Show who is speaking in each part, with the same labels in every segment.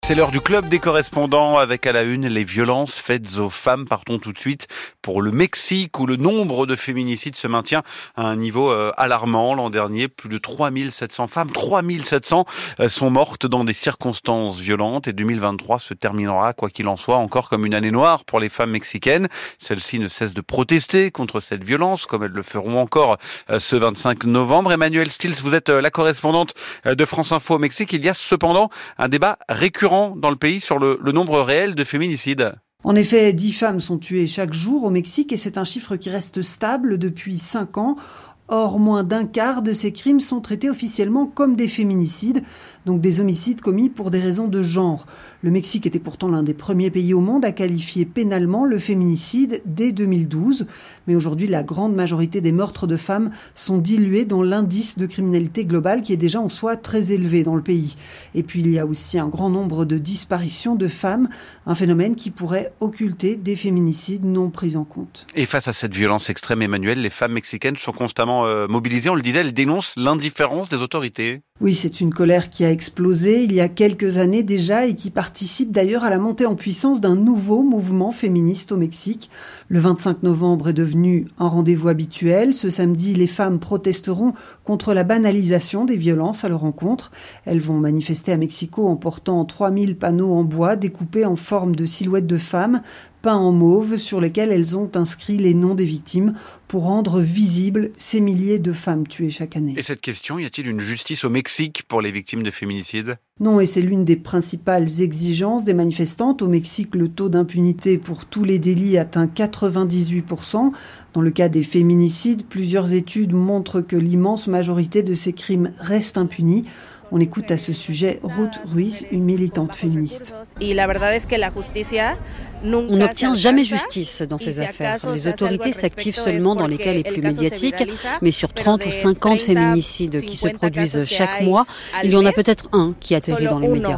Speaker 1: C'est l'heure du club des correspondants avec à la une les violences faites aux femmes. Partons tout de suite pour le Mexique où le nombre de féminicides se maintient à un niveau alarmant. L'an dernier, plus de 3700 femmes, 3700 sont mortes dans des circonstances violentes et 2023 se terminera, quoi qu'il en soit, encore comme une année noire pour les femmes mexicaines. Celles-ci ne cessent de protester contre cette violence comme elles le feront encore ce 25 novembre. Emmanuelle Stills, vous êtes la correspondante de France Info au Mexique. Il y a cependant un débat récurrent dans le pays sur le nombre réel de féminicides.
Speaker 2: En effet, 10 femmes sont tuées chaque jour au Mexique et c'est un chiffre qui reste stable depuis 5 ans. Or, moins d'un quart de ces crimes sont traités officiellement comme des féminicides, donc des homicides commis pour des raisons de genre. Le Mexique était pourtant l'un des premiers pays au monde à qualifier pénalement le féminicide dès 2012. Mais aujourd'hui, la grande majorité des meurtres de femmes sont dilués dans l'indice de criminalité globale qui est déjà en soi très élevé dans le pays. Et puis, il y a aussi un grand nombre de disparitions de femmes, un phénomène qui pourrait occulter des féminicides non pris en compte.
Speaker 1: Et face à cette violence extrême, Emmanuel, les femmes mexicaines sont constamment mobilisées. On le disait, elles dénoncent l'indifférence des autorités.
Speaker 2: Oui, c'est une colère qui a explosé il y a quelques années déjà et qui participe d'ailleurs à la montée en puissance d'un nouveau mouvement féministe au Mexique. Le 25 novembre est devenu un rendez-vous habituel. Ce samedi, les femmes protesteront contre la banalisation des violences à leur encontre. Elles vont manifester à Mexico en portant 3000 panneaux en bois découpés en forme de silhouettes de femmes, peints en mauve, sur lesquels elles ont inscrit les noms des victimes pour rendre visibles ces milliers de femmes tuées chaque année.
Speaker 1: Et cette question, y a-t-il une justice au Mexique pour les victimes de féminicide ?
Speaker 2: Non, et c'est l'une des principales exigences des manifestantes. Au Mexique, le taux d'impunité pour tous les délits atteint 98%. Dans le cas des féminicides, plusieurs études montrent que l'immense majorité de ces crimes restent impunis. On écoute à ce sujet Ruth Ruiz, une militante féministe.
Speaker 3: On n'obtient jamais justice dans ces affaires. Les autorités s'activent seulement dans les cas les plus médiatiques, mais sur 30 ou 50 féminicides qui se produisent chaque mois, il y en a peut-être un qui atterrit dans les médias.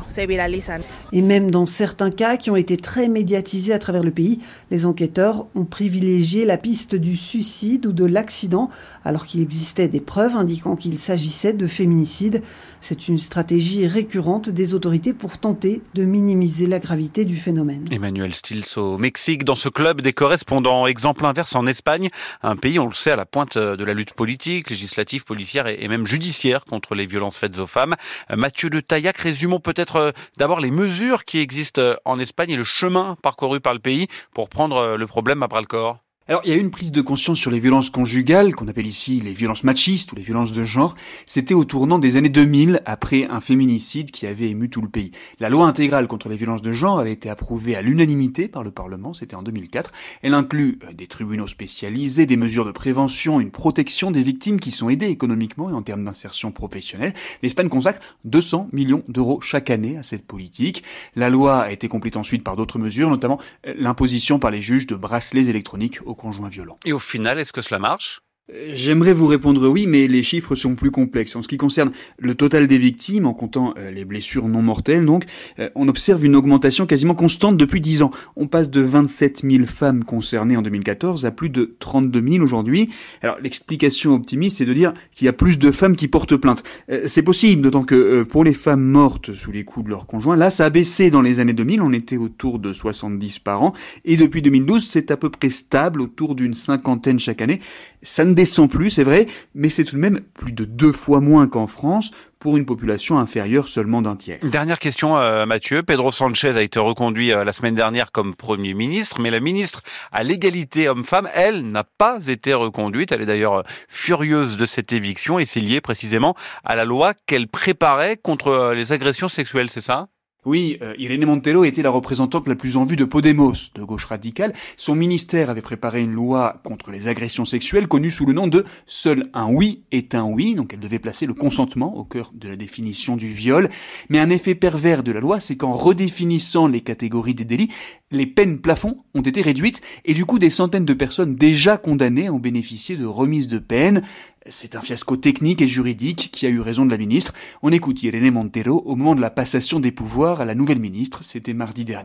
Speaker 2: Et même dans certains cas qui ont été très médiatisés à travers le pays, les enquêteurs ont privilégié la piste du suicide ou de l'accident, alors qu'il existait des preuves indiquant qu'il s'agissait de féminicide. C'est une stratégie récurrente des autorités pour tenter de minimiser la gravité du phénomène.
Speaker 1: Emmanuelle Stills au Mexique, dans ce club des correspondants. Exemple inverse en Espagne, un pays, on le sait, à la pointe de la lutte politique, législative, policière et même judiciaire contre les violences faites aux femmes. Mathieu de Taillac, résumons peut-être d'abord les mesures qui existent en Espagne et le chemin parcouru par le pays pour prendre le problème à bras-le-corps.
Speaker 4: Alors, il y a eu une prise de conscience sur les violences conjugales, qu'on appelle ici les violences machistes ou les violences de genre. C'était au tournant des années 2000, après un féminicide qui avait ému tout le pays. La loi intégrale contre les violences de genre avait été approuvée à l'unanimité par le Parlement, c'était en 2004. Elle inclut des tribunaux spécialisés, des mesures de prévention, une protection des victimes qui sont aidées économiquement et en termes d'insertion professionnelle. L'Espagne consacre 200 millions d'euros chaque année à cette politique. La loi a été complétée ensuite par d'autres mesures, notamment l'imposition par les juges de bracelets électroniques aux conjoints violents.
Speaker 1: Et au final, est-ce que cela marche ?
Speaker 4: J'aimerais vous répondre oui, mais les chiffres sont plus complexes. En ce qui concerne le total des victimes, en comptant les blessures non mortelles, donc, on observe une augmentation quasiment constante depuis 10 ans. On passe de 27 000 femmes concernées en 2014 à plus de 32 000 aujourd'hui. Alors, l'explication optimiste, c'est de dire qu'il y a plus de femmes qui portent plainte. C'est possible, d'autant que pour les femmes mortes sous les coups de leur conjoint, là, ça a baissé dans les années 2000. On était autour de 70 par an. Et depuis 2012, c'est à peu près stable, autour d'une 50aine chaque année. Ça ne descend plus, c'est vrai, mais c'est tout de même plus de 2 fois moins qu'en France, pour une population inférieure seulement d'un tiers.
Speaker 1: Dernière question, Mathieu. Pedro Sanchez a été reconduit la semaine dernière comme Premier ministre, mais la ministre à l'égalité homme-femme, elle, n'a pas été reconduite. Elle est d'ailleurs furieuse de cette éviction et c'est lié précisément à la loi qu'elle préparait contre les agressions sexuelles, c'est ça ?
Speaker 4: Oui, Irene Montero était la représentante la plus en vue de Podemos, de gauche radicale. Son ministère avait préparé une loi contre les agressions sexuelles connue sous le nom de « Seul un oui est un oui », donc elle devait placer le consentement au cœur de la définition du viol. Mais un effet pervers de la loi, c'est qu'en redéfinissant les catégories des délits, les peines plafonds ont été réduites et du coup des centaines de personnes déjà condamnées ont bénéficié de remises de peine. C'est un fiasco technique et juridique qui a eu raison de la ministre. On écoute Irene Montero au moment de la passation des pouvoirs à la nouvelle ministre, c'était mardi dernier.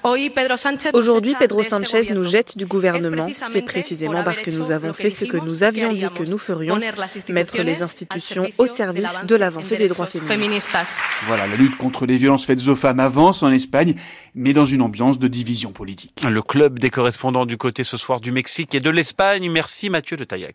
Speaker 5: Aujourd'hui, Pedro Sánchez nous jette du gouvernement. C'est précisément parce que nous avons fait ce que nous avions dit que nous ferions, mettre les institutions au service de l'avancée des droits féministes.
Speaker 4: Voilà, la lutte contre les violences faites aux femmes avance en Espagne, mais dans une ambiance de division politique.
Speaker 1: Le club des correspondants du côté ce soir du Mexique et de l'Espagne. Merci Mathieu de Taillac.